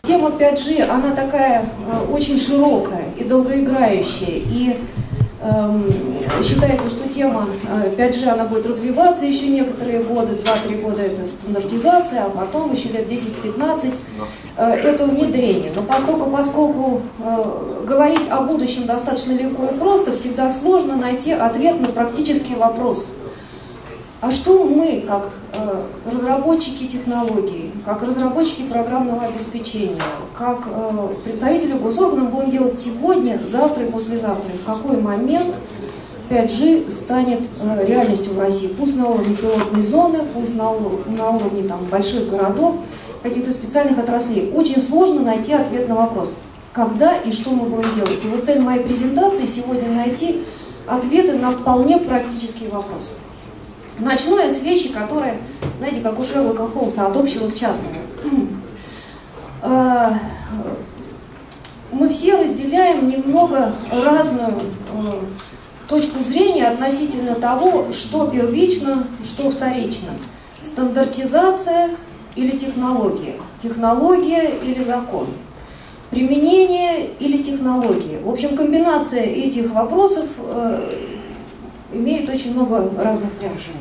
Тема 5G, она такая очень широкая и долгоиграющая, и считается, что тема 5G, она будет развиваться еще некоторые годы, 2-3 года это стандартизация, а потом еще лет 10-15 это внедрение. Но поскольку говорить о будущем достаточно легко и просто, всегда сложно найти ответ на практический вопрос. А что мы, как разработчики технологий, как разработчики программного обеспечения, как представители госорганов будем делать сегодня, завтра и послезавтра? И в какой момент 5G станет реальностью в России? Пусть на уровне пилотной зоны, пусть на уровне там, больших городов, каких-то специальных отраслей. Очень сложно найти ответ на вопрос, когда и что мы будем делать. И вот цель моей презентации сегодня найти ответы на вполне практические вопросы. Начну я с вещи, которые, знаете, как у Шерлока Холмса, от общего к частному. Мы все разделяем немного разную точку зрения относительно того, что первично, что вторично. Стандартизация или технология, технология или закон, применение или технология. В общем, комбинация этих вопросов имеет очень много разных нюансов.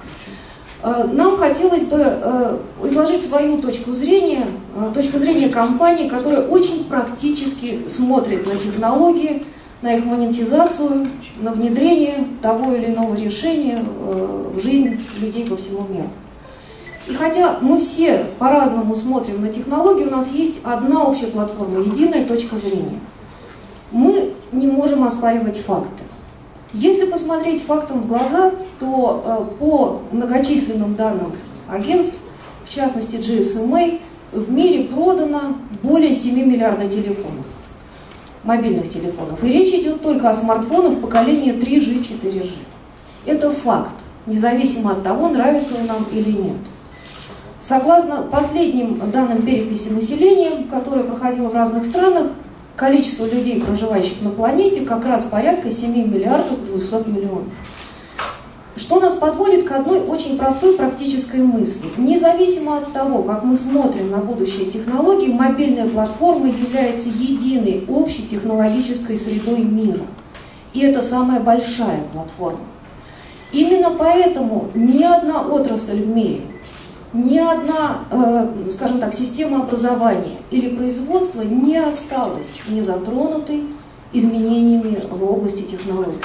Нам хотелось бы изложить свою точку зрения компании, которая очень практически смотрит на технологии, на их монетизацию, на внедрение того или иного решения в жизнь людей по всему миру. И хотя мы все по-разному смотрим на технологии, у нас есть одна общая платформа, единая точка зрения. Мы не можем оспаривать факты. Если посмотреть фактам в глаза, то по многочисленным данным агентств, в частности GSMA, в мире продано более 7 миллиардов телефонов, мобильных телефонов. И речь идет только о смартфонах поколения 3G, 4G. Это факт, независимо от того, нравится он нам или нет. Согласно последним данным переписи населения, которая проходила в разных странах, количество людей, проживающих на планете, как раз порядка 7 миллиардов 200 миллионов. Что нас подводит к одной очень простой практической мысли. Независимо от того, как мы смотрим на будущее технологии, мобильная платформа является единой общей технологической средой мира. И это самая большая платформа. Именно поэтому ни одна отрасль в мире, ни одна, скажем так, система образования или производства не осталась не затронутой изменениями в области технологий.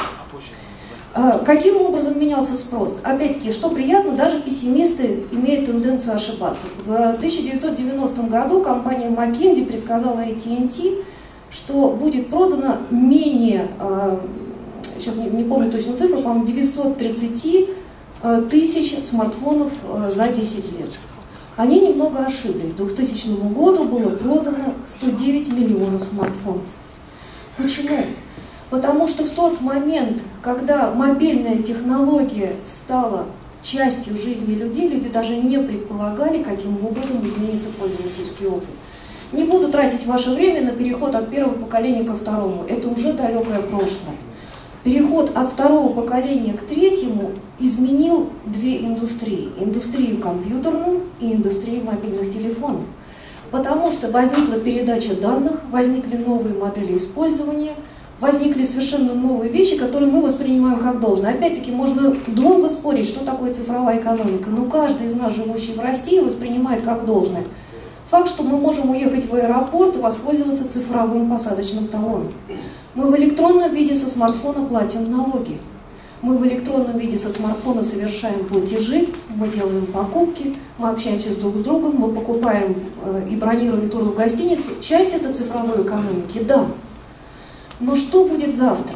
Каким образом менялся спрос? Опять-таки, что приятно, даже пессимисты имеют тенденцию ошибаться. В 1990 году компания McKinsey предсказала AT&T, что будет продано менее, сейчас не помню точно цифру, по-моему, 930 тысяч смартфонов за 10 лет. Они немного ошиблись. К 2000 году было продано 109 миллионов смартфонов. Почему? Потому что в тот момент, когда мобильная технология стала частью жизни людей, люди даже не предполагали, каким образом изменится пользовательский опыт. Не буду тратить ваше время на переход от первого поколения ко второму. Это уже далекое прошлое. Переход от второго поколения к третьему изменил две индустрии. Индустрию компьютерную и индустрию мобильных телефонов. Потому что возникла передача данных, возникли новые модели использования, возникли совершенно новые вещи, которые мы воспринимаем как должное. Опять-таки, можно долго спорить, что такое цифровая экономика, но каждый из нас, живущий в России, воспринимает как должное. Факт, что мы можем уехать в аэропорт и воспользоваться цифровым посадочным талоном. Мы в электронном виде со смартфона платим налоги. Мы в электронном виде со смартфона совершаем платежи, мы делаем покупки, мы общаемся друг с другом, мы покупаем и бронируем тур в гостиницу. Часть это цифровой экономики, да. Но что будет завтра?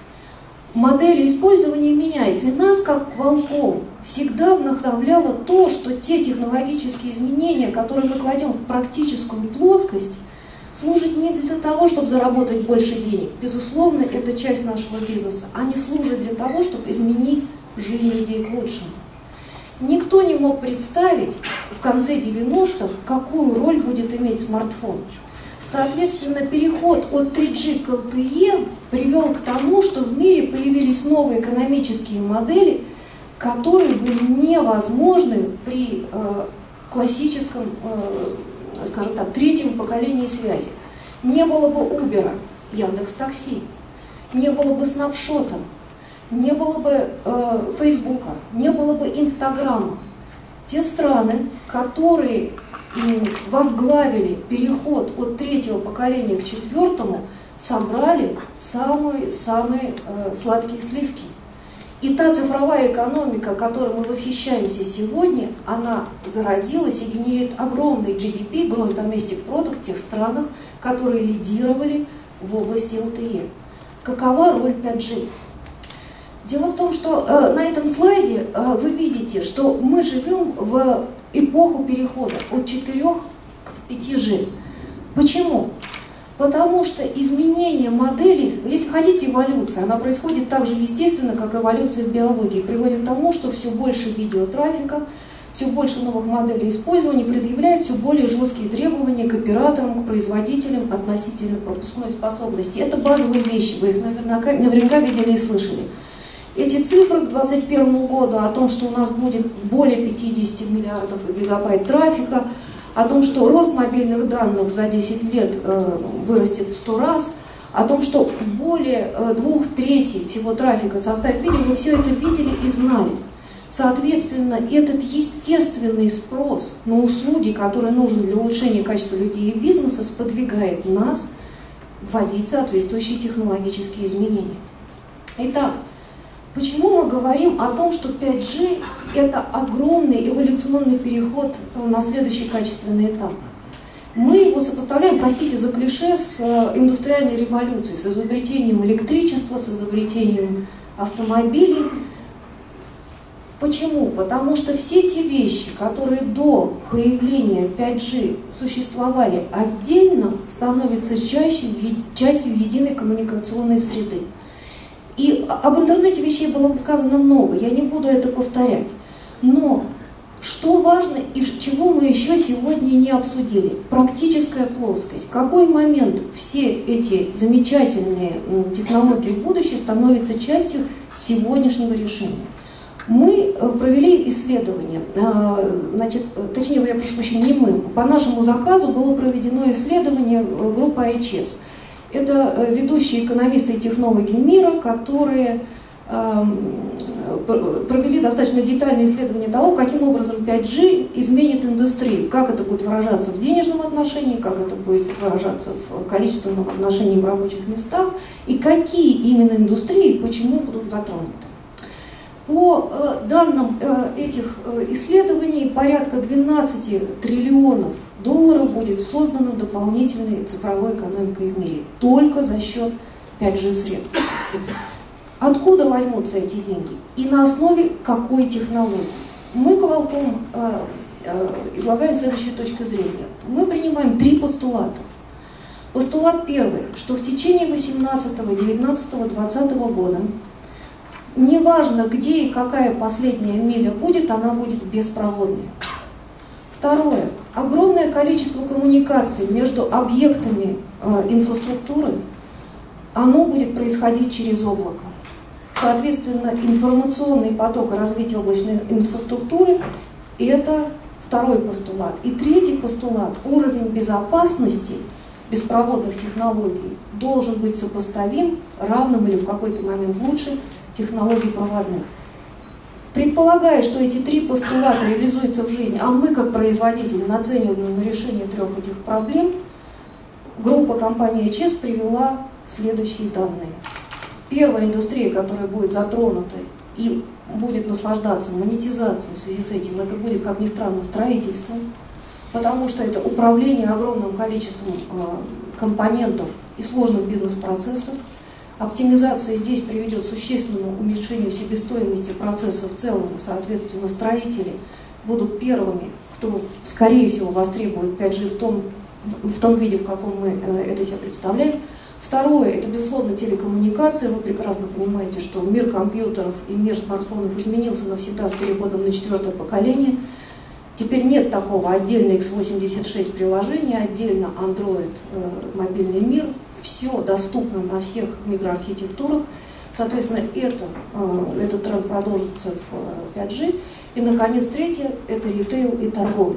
Модель использования меняется, и нас, как волков, всегда вдохновляло то, что те технологические изменения, которые мы кладем в практическую плоскость, служат не для того, чтобы заработать больше денег. Безусловно, это часть нашего бизнеса. Они служат для того, чтобы изменить жизнь людей к лучшему. Никто не мог представить в конце 90-х, какую роль будет иметь смартфон. Соответственно, переход от 3G к LTE привел к тому, что в мире появились новые экономические модели, которые были невозможны при классическом скажем так, третьем поколении связи. Не было бы Uber, Яндекс.Такси, не было бы Снапшота, не было бы Фейсбука, не было бы Инстаграма. Те страны, которые возглавили переход от третьего поколения к четвертому, собрали самые сладкие сливки. И та цифровая экономика, которой мы восхищаемся сегодня, она зародилась и генерирует огромный GDP, Gross Domestic Product, в тех странах, которые лидировали в области LTE. Какова роль 5G? Дело в том, что на этом слайде вы видите, что мы живем в эпоху перехода от 4 к 5G. Почему? Потому что изменение моделей, если хотите эволюция, она происходит так же естественно, как эволюция в биологии, приводит к тому, что все больше видеотрафика, все больше новых моделей использования предъявляют все более жесткие требования к операторам, к производителям относительно пропускной способности. Это базовые вещи, вы их наверняка видели и слышали. Эти цифры к 2021 году о том, что у нас будет более 50 миллиардов гигабайт трафика, о том, что рост мобильных данных за 10 лет вырастет в 100 раз, о том, что более 2/3 всего трафика составит видео, вы все это видели и знали. Соответственно, этот естественный спрос на услуги, который нужен для улучшения качества людей и бизнеса, сподвигает нас вводить соответствующие технологические изменения. Итак, почему мы говорим о том, что 5G – это огромный эволюционный переход на следующий качественный этап? Мы его сопоставляем, простите за клише, с индустриальной революцией, с изобретением электричества, с изобретением автомобилей. Почему? Потому что все те вещи, которые до появления 5G существовали отдельно, становятся частью единой коммуникационной среды. И об интернете вещей было сказано много, я не буду это повторять. Но что важно и чего мы еще сегодня не обсудили? Практическая плоскость. В какой момент все эти замечательные технологии будущего становятся частью сегодняшнего решения? Мы провели исследование, точнее, я прошу прощения, не мы, по нашему заказу было проведено исследование группы IHS. Это ведущие экономисты и технологи мира, которые провели достаточно детальное исследование того, каким образом 5G изменит индустрию, как это будет выражаться в денежном отношении, как это будет выражаться в количественном отношении в рабочих местах, и какие именно индустрии и почему будут затронуты. По данным этих исследований, порядка 12 триллионов долларов будет создано дополнительной цифровой экономикой в мире только за счет 5G средств. Откуда возьмутся эти деньги и на основе какой технологии? Мы Qualcomm излагаем следующую точку зрения. Мы принимаем 3 постулата. Постулат первый, что в течение 18, 19, 20 года неважно, где и какая последняя миля будет, она будет беспроводной. Второе. Огромное количество коммуникаций между объектами инфраструктуры, оно будет происходить через облако. Соответственно, информационный поток и развитие облачной инфраструктуры – это второй постулат. И третий постулат – уровень безопасности беспроводных технологий должен быть сопоставим, равным или в какой-то момент лучше технологий проводных. Предполагая, что эти 3 постулата реализуются в жизни, а мы, как производители, нацелены на решение 3 этих проблем, группа компании IHS привела следующие данные. Первая индустрия, которая будет затронута и будет наслаждаться монетизацией в связи с этим, это будет, как ни странно, строительство, потому что это управление огромным количеством компонентов и сложных бизнес-процессов. Оптимизация здесь приведет к существенному уменьшению себестоимости процесса в целом, и, соответственно, строители будут первыми, кто, скорее всего, востребует 5G в том виде, в каком мы это себе представляем. Второе, это, безусловно, телекоммуникации. Вы прекрасно понимаете, что мир компьютеров и мир смартфонов изменился навсегда с переходом на 4-е поколение. Теперь нет такого отдельно x86 приложения, отдельно Android, мобильный мир. Все доступно на всех микроархитектурах. Соответственно, этот тренд продолжится в 5G. И, наконец, третье – это ритейл и торговля.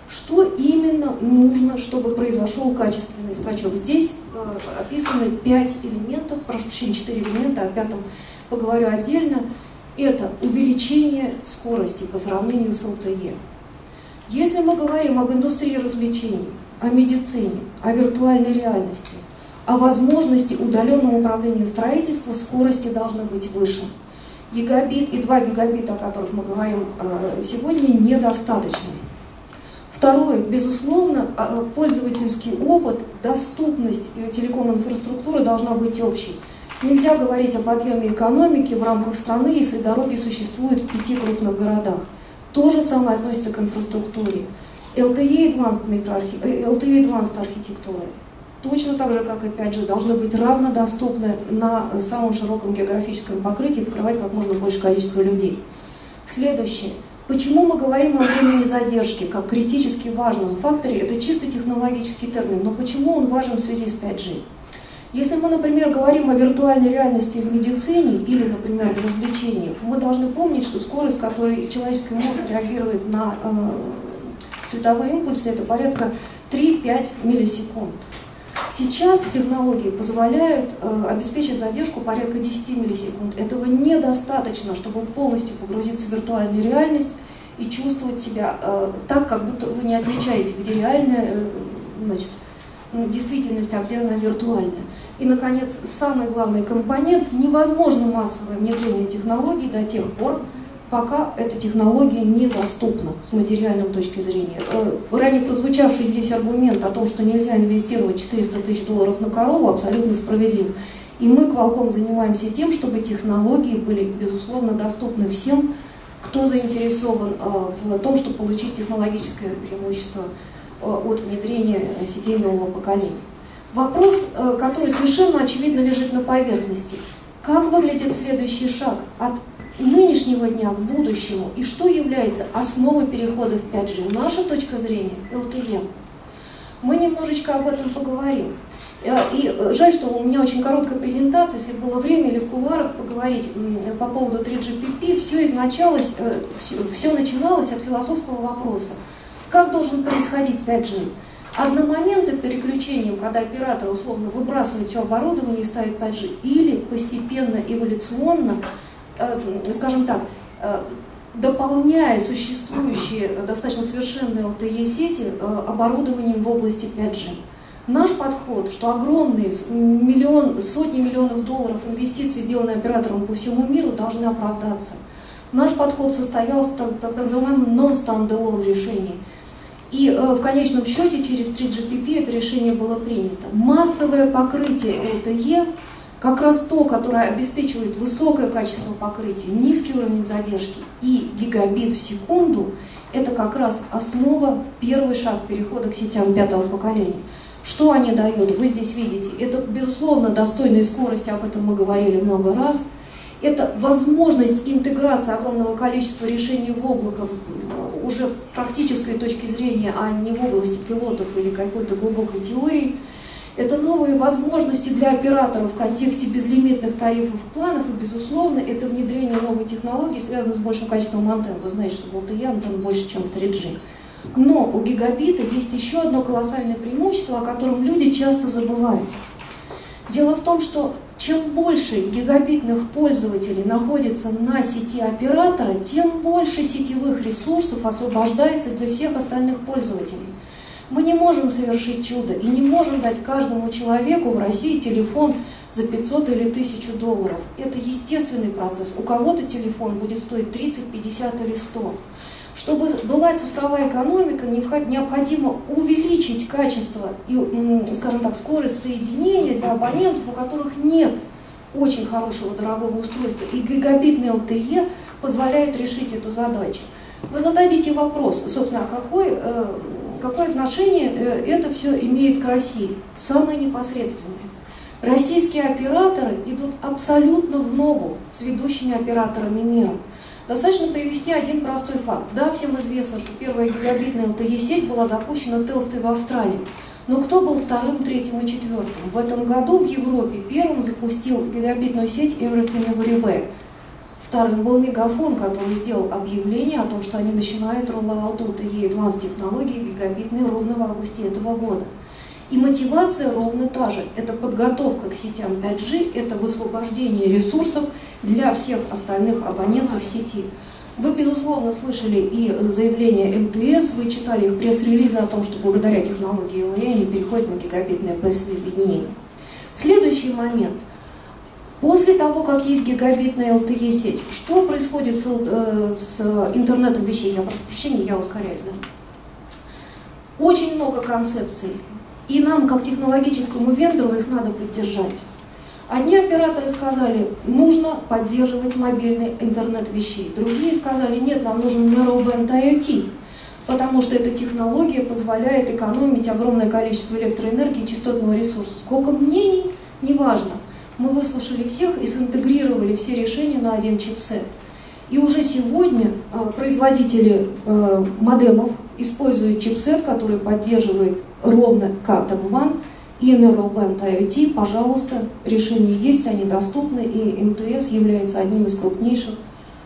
Что именно нужно, чтобы произошел качественный скачок? Здесь описаны 5 элементов, прошу прощения, 4 элемента, о 5-м поговорю отдельно. Это увеличение скорости по сравнению с LTE. Если мы говорим об индустрии развлечений, о медицине, о виртуальной реальности, о возможности удаленного управления строительства, скорости должны быть выше. Гигабит и 2 гигабита, о которых мы говорим сегодня, недостаточно. Второе, безусловно, пользовательский опыт, доступность телеком-инфраструктуры должна быть общей. Нельзя говорить о подъеме экономики в рамках страны, если дороги существуют в 5 крупных городах. То же самое относится к инфраструктуре. LTE Advanced архитектуры, точно так же, как и 5G, должны быть равнодоступны на самом широком географическом покрытии и покрывать как можно больше количество людей. Следующее. Почему мы говорим о времени задержки как критически важном факторе? Это чисто технологический термин, но почему он важен в связи с 5G? Если мы, например, говорим о виртуальной реальности в медицине или, например, в развлечениях, мы должны помнить, что скорость, с которой человеческий мозг реагирует на цветовые импульсы, это порядка 3-5 миллисекунд. Сейчас технологии позволяют обеспечить задержку порядка 10 миллисекунд. Этого недостаточно, чтобы полностью погрузиться в виртуальную реальность и чувствовать себя так, как будто вы не отличаете, где реальная действительность, а где она виртуальная. И, наконец, самый главный компонент – невозможно массовое внедрение технологий до тех пор, пока эта технология недоступна с материальной точки зрения. Ранее прозвучавший здесь аргумент о том, что нельзя инвестировать $400 тысяч на корову, абсолютно справедлив. И мы, Qualcomm, занимаемся тем, чтобы технологии были, безусловно, доступны всем, кто заинтересован в том, чтобы получить технологическое преимущество от внедрения сетей нового поколения. Вопрос, который совершенно очевидно лежит на поверхности. Как выглядит следующий шаг от нынешнего дня к будущему и что является основой перехода в 5G? Наша точка зрения – LTE. Мы немножечко об этом поговорим. И жаль, что у меня очень короткая презентация, если было время или в кулуарах поговорить по поводу 3GPP, все начиналось от философского вопроса. Как должен происходить 5G? Одномоментным переключением, когда оператор условно выбрасывает все оборудование и ставит 5G, или постепенно, эволюционно, скажем так, дополняя существующие достаточно совершенные LTE-сети оборудованием в области 5G. Наш подход, что огромные сотни миллионов долларов инвестиций, сделанные оператором по всему миру, должны оправдаться. Наш подход состоялся в так называемом non-standalone решении. И в конечном счете через 3GPP это решение было принято. Массовое покрытие LTE, как раз то, которое обеспечивает высокое качество покрытия, низкий уровень задержки и гигабит в секунду, это как раз основа, первый шаг перехода к сетям 5-го поколения. Что они дают? Вы здесь видите. Это, безусловно, достойные скорости, об этом мы говорили много раз. Это возможность интеграции огромного количества решений в облако уже в практической точке зрения, а не в области пилотов или какой-то глубокой теории. Это новые возможности для операторов в контексте безлимитных тарифов и планов, и, безусловно, это внедрение новой технологии, связано с большим количеством антенн. Вы знаете, что в LTE антенн больше, чем в 3G. Но у гигабита есть еще одно колоссальное преимущество, о котором люди часто забывают. Дело в том, что чем больше гигабитных пользователей находится на сети оператора, тем больше сетевых ресурсов освобождается для всех остальных пользователей. Мы не можем совершить чудо и не можем дать каждому человеку в России телефон за 500 или 1000 долларов. Это естественный процесс. У кого-то телефон будет стоить 30, 50 или 100. Чтобы была цифровая экономика, необходимо увеличить качество и, скажем так, скорость соединения для абонентов, у которых нет очень хорошего дорогого устройства. И гигабитный LTE позволяет решить эту задачу. Вы зададите вопрос, собственно, какое отношение это все имеет к России? Самое непосредственное. Российские операторы идут абсолютно в ногу с ведущими операторами мира. Достаточно привести один простой факт. Да, всем известно, что первая гигабитная LTE-сеть была запущена Телстой в Австралии. Но кто был вторым, третьим и четвертым? В этом году в Европе первым запустил гигабитную сеть Everything Everywhere. Вторым был Мегафон, который сделал объявление о том, что они начинают роллаут LTE Advanced технологии гигабитной ровно в августе этого года. И мотивация ровно та же. Это подготовка к сетям 5G, это высвобождение ресурсов для всех остальных абонентов сети. Вы, безусловно, слышали и заявление МТС, вы читали их пресс-релизы о том, что благодаря технологии LTE они переходят на гигабитное соединение. Следующий момент. После того, как есть гигабитная LTE сеть, что происходит с интернетом вещей? Я прошу прощения, я ускоряюсь. Да? Очень много концепций, и нам, как технологическому вендору, их надо поддержать. Одни операторы сказали, нужно поддерживать мобильный интернет вещей. Другие сказали, нет, нам нужен Narrowband IoT, потому что эта технология позволяет экономить огромное количество электроэнергии и частотного ресурса. Сколько мнений, неважно. Мы выслушали всех и синтегрировали все решения на один чипсет. И уже сегодня производители модемов используют чипсет, который поддерживает ровно Cat-M1 и Narrowband IoT. Пожалуйста, решения есть, они доступны, и МТС является одним из крупнейших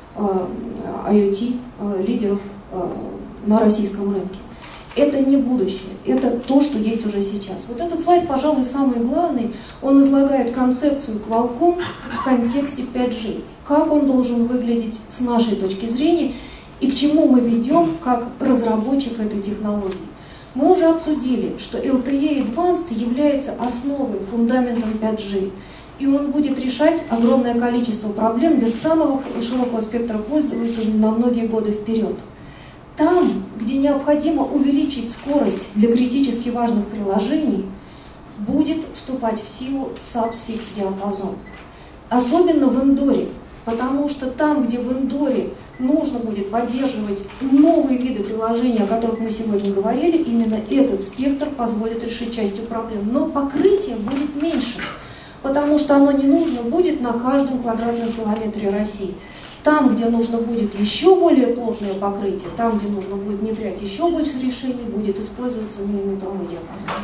IoT-лидеров на российском рынке. Это не будущее, это то, что есть уже сейчас. Вот этот слайд, пожалуй, самый главный. Он излагает концепцию Qualcomm в контексте 5G. Как он должен выглядеть с нашей точки зрения и к чему мы ведем как разработчик этой технологии. Мы уже обсудили, что LTE Advanced является основой, фундаментом 5G. И он будет решать огромное количество проблем для самого широкого спектра пользователей на многие годы вперед. Там, где необходимо увеличить скорость для критически важных приложений, будет вступать в силу Sub-6 диапазон. Особенно в индоре, потому что там, где в индоре нужно будет поддерживать новые виды приложений, о которых мы сегодня говорили, именно этот спектр позволит решить частью проблем. Но покрытие будет меньше, потому что оно не нужно будет на каждом квадратном километре России. Там, где нужно будет еще более плотное покрытие, там, где нужно будет внедрять еще больше решений, будет использоваться миллиметровый диапазон.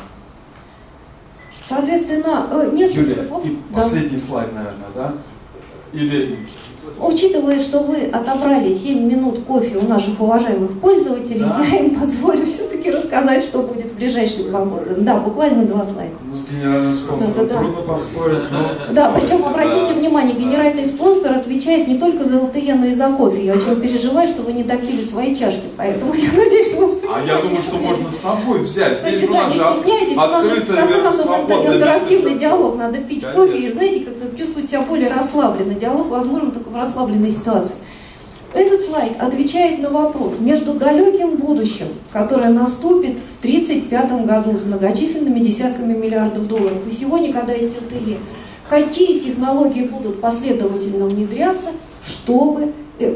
Соответственно, несколько слов. И последний слайд, наверное, да? Или... Учитывая, что вы отобрали 7 минут кофе у наших уважаемых пользователей, да, я им позволю все-таки рассказать, что будет в ближайшие 2 года. Да, буквально 2 слайда. Ну, с генеральным спонсором трудно поспорить, но... Да, причем, обратите внимание, генеральный спонсор отвечает не только за LTE, но и за кофе. Я очень переживаю, что вы не допили свои чашки, поэтому я надеюсь, что вас понимаете. А я думаю, что можно с собой взять. Кстати, здесь да, не стесняйтесь, у нас же, в конце концов, интерактивный диалог, надо пить кофе, и, знаете, как чувствовать себя более расслабленно. Диалог возможен только в расслабленной ситуации. Этот слайд отвечает на вопрос между далеким будущим, которое наступит в 1935 году с многочисленными десятками миллиардов долларов, и сегодня, когда есть LTE, какие технологии будут последовательно внедряться, чтобы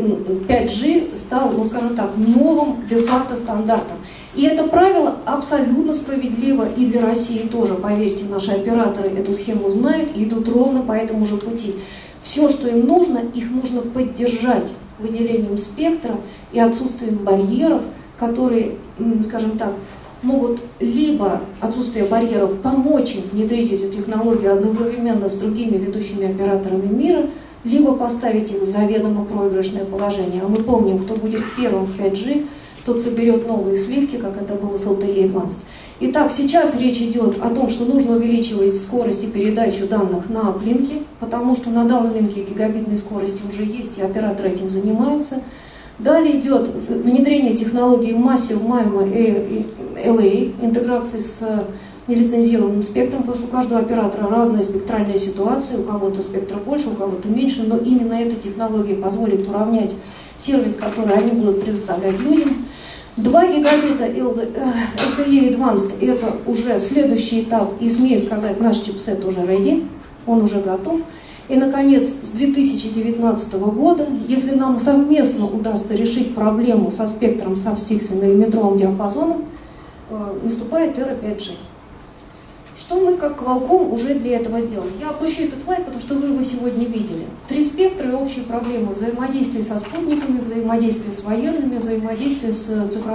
5G стал, ну скажем так, новым де-факто стандартом. И это правило абсолютно справедливо и для России тоже. Поверьте, наши операторы эту схему знают и идут ровно по этому же пути. Все, что им нужно, их нужно поддержать выделением спектра и отсутствием барьеров, которые, скажем так, могут либо отсутствие барьеров помочь им внедрить эту технологию одновременно с другими ведущими операторами мира, либо поставить их в заведомо проигрышное положение. А мы помним, кто будет первым в 5G, тот соберет новые сливки, как это было с LTE Advanced. Итак, сейчас речь идет о том, что нужно увеличивать скорость и передачу данных на аплинке, потому что на даунлинке гигабитной скорости уже есть, и операторы этим занимаются. Далее идет внедрение технологии Massive MIMO и LA, интеграции с нелицензированным спектром, потому что у каждого оператора разная спектральная ситуация, у кого-то спектра больше, у кого-то меньше, но именно эта технология позволит уравнять сервис, который они будут предоставлять людям. 2 гигабита LTE Advanced – это уже следующий этап, и смею сказать, наш чипсет уже ready, он уже готов. И, наконец, с 2019 года, если нам совместно удастся решить проблему со спектром Sub-6 и миллиметровым диапазоном, наступает эра 5G. Что мы, как Qualcomm, уже для этого сделали? Я опущу этот слайд, потому что вы его сегодня видели. 3 спектра и общие проблемы: взаимодействие со спутниками, взаимодействие с военными, взаимодействие с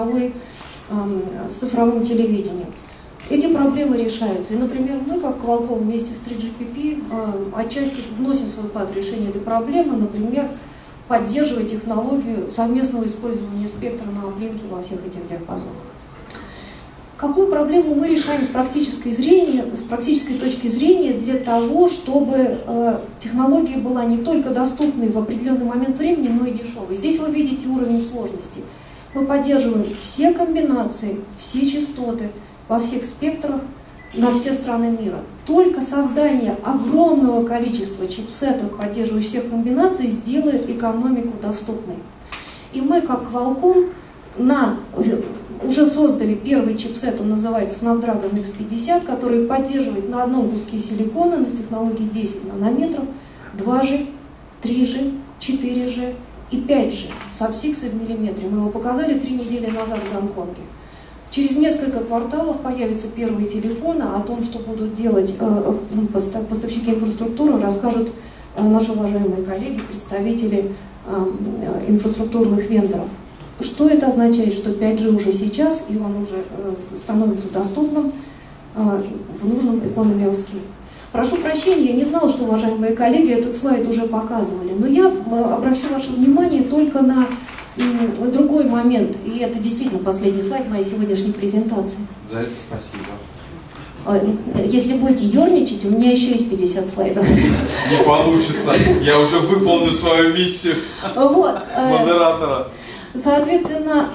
цифровым телевидением. Эти проблемы решаются. И, например, мы, как Qualcomm, вместе с 3GPP отчасти вносим свой вклад в решение этой проблемы. Например, поддерживая технологию совместного использования спектра на uplink во всех этих диапазонах. Какую проблему мы решаем с практической точки зрения для того, чтобы технология была не только доступной в определенный момент времени, но и дешевой? Здесь вы видите уровень сложности. Мы поддерживаем все комбинации, все частоты во всех спектрах на все страны мира. Только создание огромного количества чипсетов, поддерживающих всех комбинаций, сделает экономику доступной. И мы, как Qualcomm, уже создали первый чипсет, он называется Snapdragon X50, который поддерживает на одном куске силикона на технологии 10 нанометров 2G, 3G, 4G и 5G sub-6 в миллиметре. Мы его показали 3 недели назад в Гонконге. Через несколько кварталов появятся первые телефоны. О том, что будут делать поставщики инфраструктуры, расскажут наши уважаемые коллеги, представители инфраструктурных вендоров. Что это означает? Что 5G уже сейчас, и он уже становится доступным в нужном economy of scale. Прошу прощения, я не знала, что уважаемые коллеги этот слайд уже показывали, но я обращу ваше внимание только на другой момент, и это действительно последний слайд моей сегодняшней презентации. За это спасибо. Если будете ерничать, у меня еще есть 50 слайдов. Не получится, я уже выполню свою миссию модератора. Соответственно,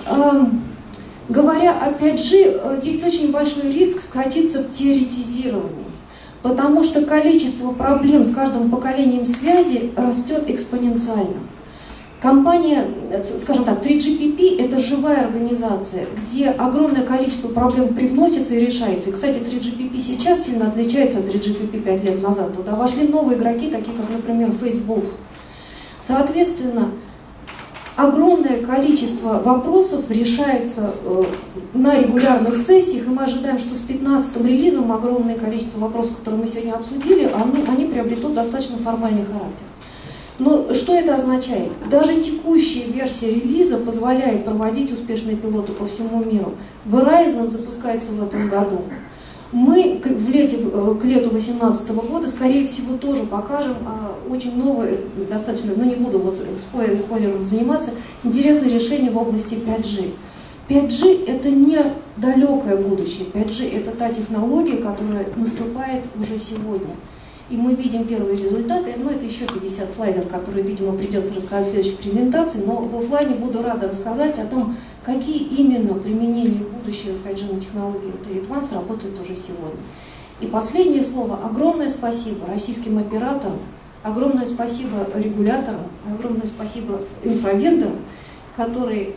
говоря о 5G, есть очень большой риск скатиться в теоретизирование, потому что количество проблем с каждым поколением связи растет экспоненциально. Компания, скажем так, 3GPP – это живая организация, где огромное количество проблем привносится и решается. И, кстати, 3GPP сейчас сильно отличается от 3GPP 5 лет назад. Туда вошли новые игроки, такие как, например, Facebook. Соответственно, огромное количество вопросов решается на регулярных сессиях, и мы ожидаем, что с 15-м релизом огромное количество вопросов, которые мы сегодня обсудили, они приобретут достаточно формальный характер. Но что это означает? Даже текущая версия релиза позволяет проводить успешные пилоты по всему миру. Verizon запускается в этом году. Мы к лету 2018 года, скорее всего, тоже покажем очень новые, достаточно, но не буду вот спойлером заниматься, интересные решения в области 5G. 5G – это не далекое будущее. 5G – это та технология, которая наступает уже сегодня. И мы видим первые результаты, но это еще 50 слайдов, которые, видимо, придется рассказать в следующей презентации, но в офлайне буду рада рассказать о том, какие именно применения будущего 5G на технологии LTE Advanced работают уже сегодня. И последнее слово. Огромное спасибо российским операторам, огромное спасибо регуляторам, огромное спасибо инфровендорам, которые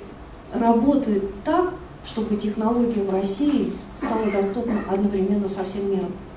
работают так, чтобы технология в России стала доступна одновременно со всем миром.